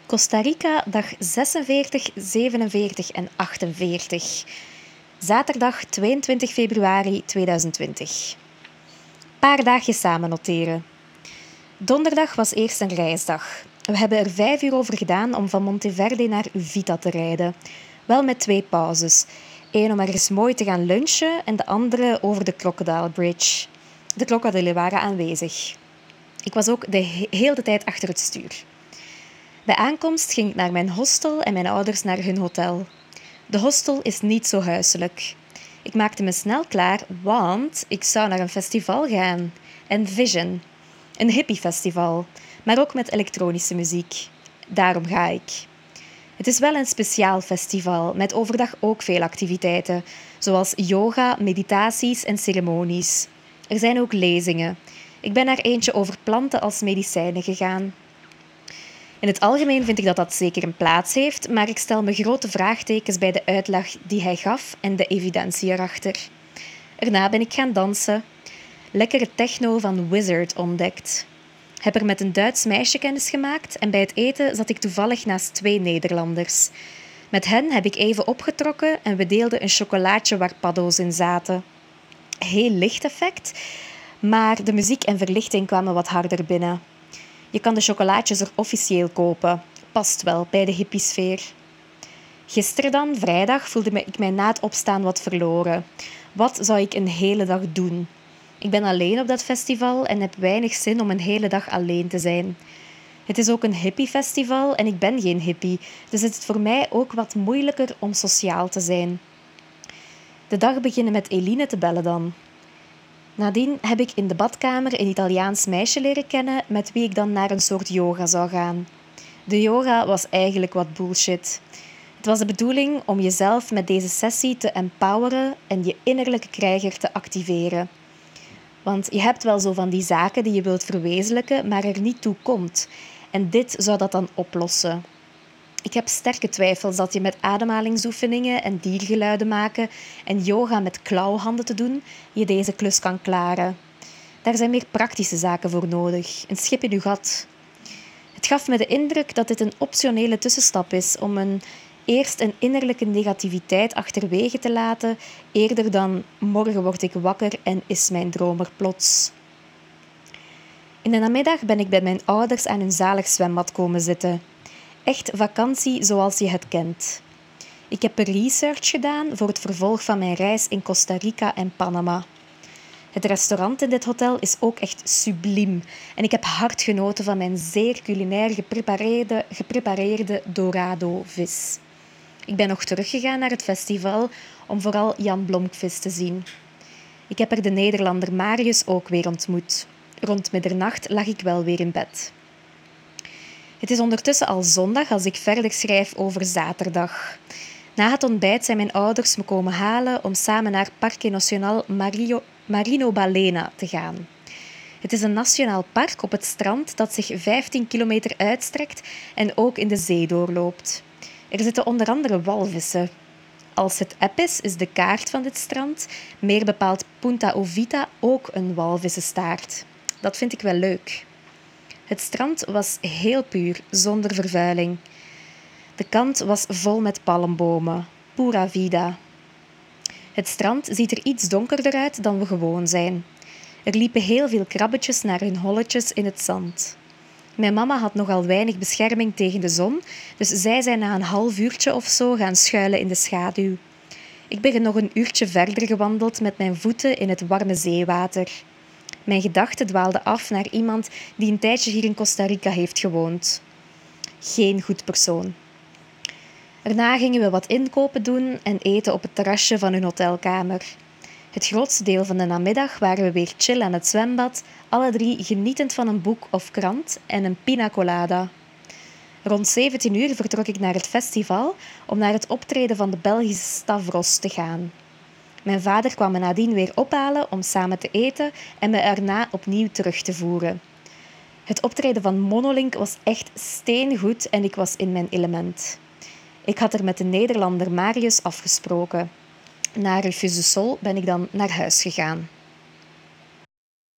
Costa Rica, dag 46, 47 en 48. Zaterdag 22 februari 2020. Paar dagjes samen noteren. Donderdag was eerst een reisdag. We hebben er 5 uur over gedaan om van Monteverde naar Uvita te rijden. Wel met 2 pauzes. Eén om ergens mooi te gaan lunchen en de andere over de Crocodile Bridge. De krokodillen waren aanwezig. Ik was ook de hele tijd achter het stuur. Bij aankomst ging ik naar mijn hostel en mijn ouders naar hun hotel. De hostel is niet zo huiselijk. Ik maakte me snel klaar, want ik zou naar een festival gaan. Envision. Een hippiefestival, maar ook met elektronische muziek. Daarom ga ik. Het is wel een speciaal festival, met overdag ook veel activiteiten, zoals yoga, meditaties en ceremonies. Er zijn ook lezingen. Ik ben naar eentje over planten als medicijnen gegaan. In het algemeen vind ik dat dat zeker een plaats heeft, maar ik stel me grote vraagtekens bij de uitleg die hij gaf en de evidentie erachter. Erna ben ik gaan dansen. Lekkere techno van Wizard ontdekt. Heb er met een Duits meisje kennis gemaakt en bij het eten zat ik toevallig naast 2 Nederlanders. Met hen heb ik even opgetrokken en we deelden een chocolaatje waar paddo's in zaten. Heel licht effect, maar de muziek en verlichting kwamen wat harder binnen. Je kan de chocolaatjes er officieel kopen. Past wel bij de hippiesfeer. Gisteren dan, vrijdag, voelde ik mij na het opstaan wat verloren. Wat zou ik een hele dag doen? Ik ben alleen op dat festival en heb weinig zin om een hele dag alleen te zijn. Het is ook een hippiefestival en ik ben geen hippie, dus het is voor mij ook wat moeilijker om sociaal te zijn. De dag beginnen met Eline te bellen dan. Nadien heb ik in de badkamer een Italiaans meisje leren kennen met wie ik dan naar een soort yoga zou gaan. De yoga was eigenlijk wat bullshit. Het was de bedoeling om jezelf met deze sessie te empoweren en je innerlijke krijger te activeren. Want je hebt wel zo van die zaken die je wilt verwezenlijken, maar er niet toe komt. En dit zou dat dan oplossen. Ik heb sterke twijfels dat je met ademhalingsoefeningen en diergeluiden maken en yoga met klauwhanden te doen, je deze klus kan klaren. Daar zijn meer praktische zaken voor nodig. Een schip in uw gat. Het gaf me de indruk dat dit een optionele tussenstap is om eerst een innerlijke negativiteit achterwege te laten, eerder dan morgen word ik wakker en is mijn droom er plots. In de namiddag ben ik bij mijn ouders aan hun zalig zwembad komen zitten. Echt vakantie zoals je het kent. Ik heb research gedaan voor het vervolg van mijn reis in Costa Rica en Panama. Het restaurant in dit hotel is ook echt subliem en ik heb hard genoten van mijn zeer culinair geprepareerde dorado vis. Ik ben nog teruggegaan naar het festival om vooral Jan Blomqvist te zien. Ik heb er de Nederlander Marius ook weer ontmoet. Rond middernacht lag ik wel weer in bed. Het is ondertussen al zondag als ik verder schrijf over zaterdag. Na het ontbijt zijn mijn ouders me komen halen om samen naar Parque Nacional Marino Balena te gaan. Het is een nationaal park op het strand dat zich 15 kilometer uitstrekt en ook in de zee doorloopt. Er zitten onder andere walvissen. Als het app is de kaart van dit strand, meer bepaald Punta Uvita, ook een walvissenstaart. Dat vind ik wel leuk. Het strand was heel puur, zonder vervuiling. De kant was vol met palmbomen. Pura vida. Het strand ziet er iets donkerder uit dan we gewoon zijn. Er liepen heel veel krabbetjes naar hun holletjes in het zand. Mijn mama had nogal weinig bescherming tegen de zon, dus zij zijn na een half uurtje of zo gaan schuilen in de schaduw. Ik ben nog een uurtje verder gewandeld met mijn voeten in het warme zeewater. Mijn gedachten dwaalden af naar iemand die een tijdje hier in Costa Rica heeft gewoond. Geen goed persoon. Daarna gingen we wat inkopen doen en eten op het terrasje van hun hotelkamer. Het grootste deel van de namiddag waren we weer chill aan het zwembad, alle 3 genietend van een boek of krant en een pina colada. Rond 17 uur vertrok ik naar het festival om naar het optreden van de Belgische Stavros te gaan. Mijn vader kwam me nadien weer ophalen om samen te eten en me erna opnieuw terug te voeren. Het optreden van Monolink was echt steengoed en ik was in mijn element. Ik had er met de Nederlander Marius afgesproken. Na Refus de Sol ben ik dan naar huis gegaan.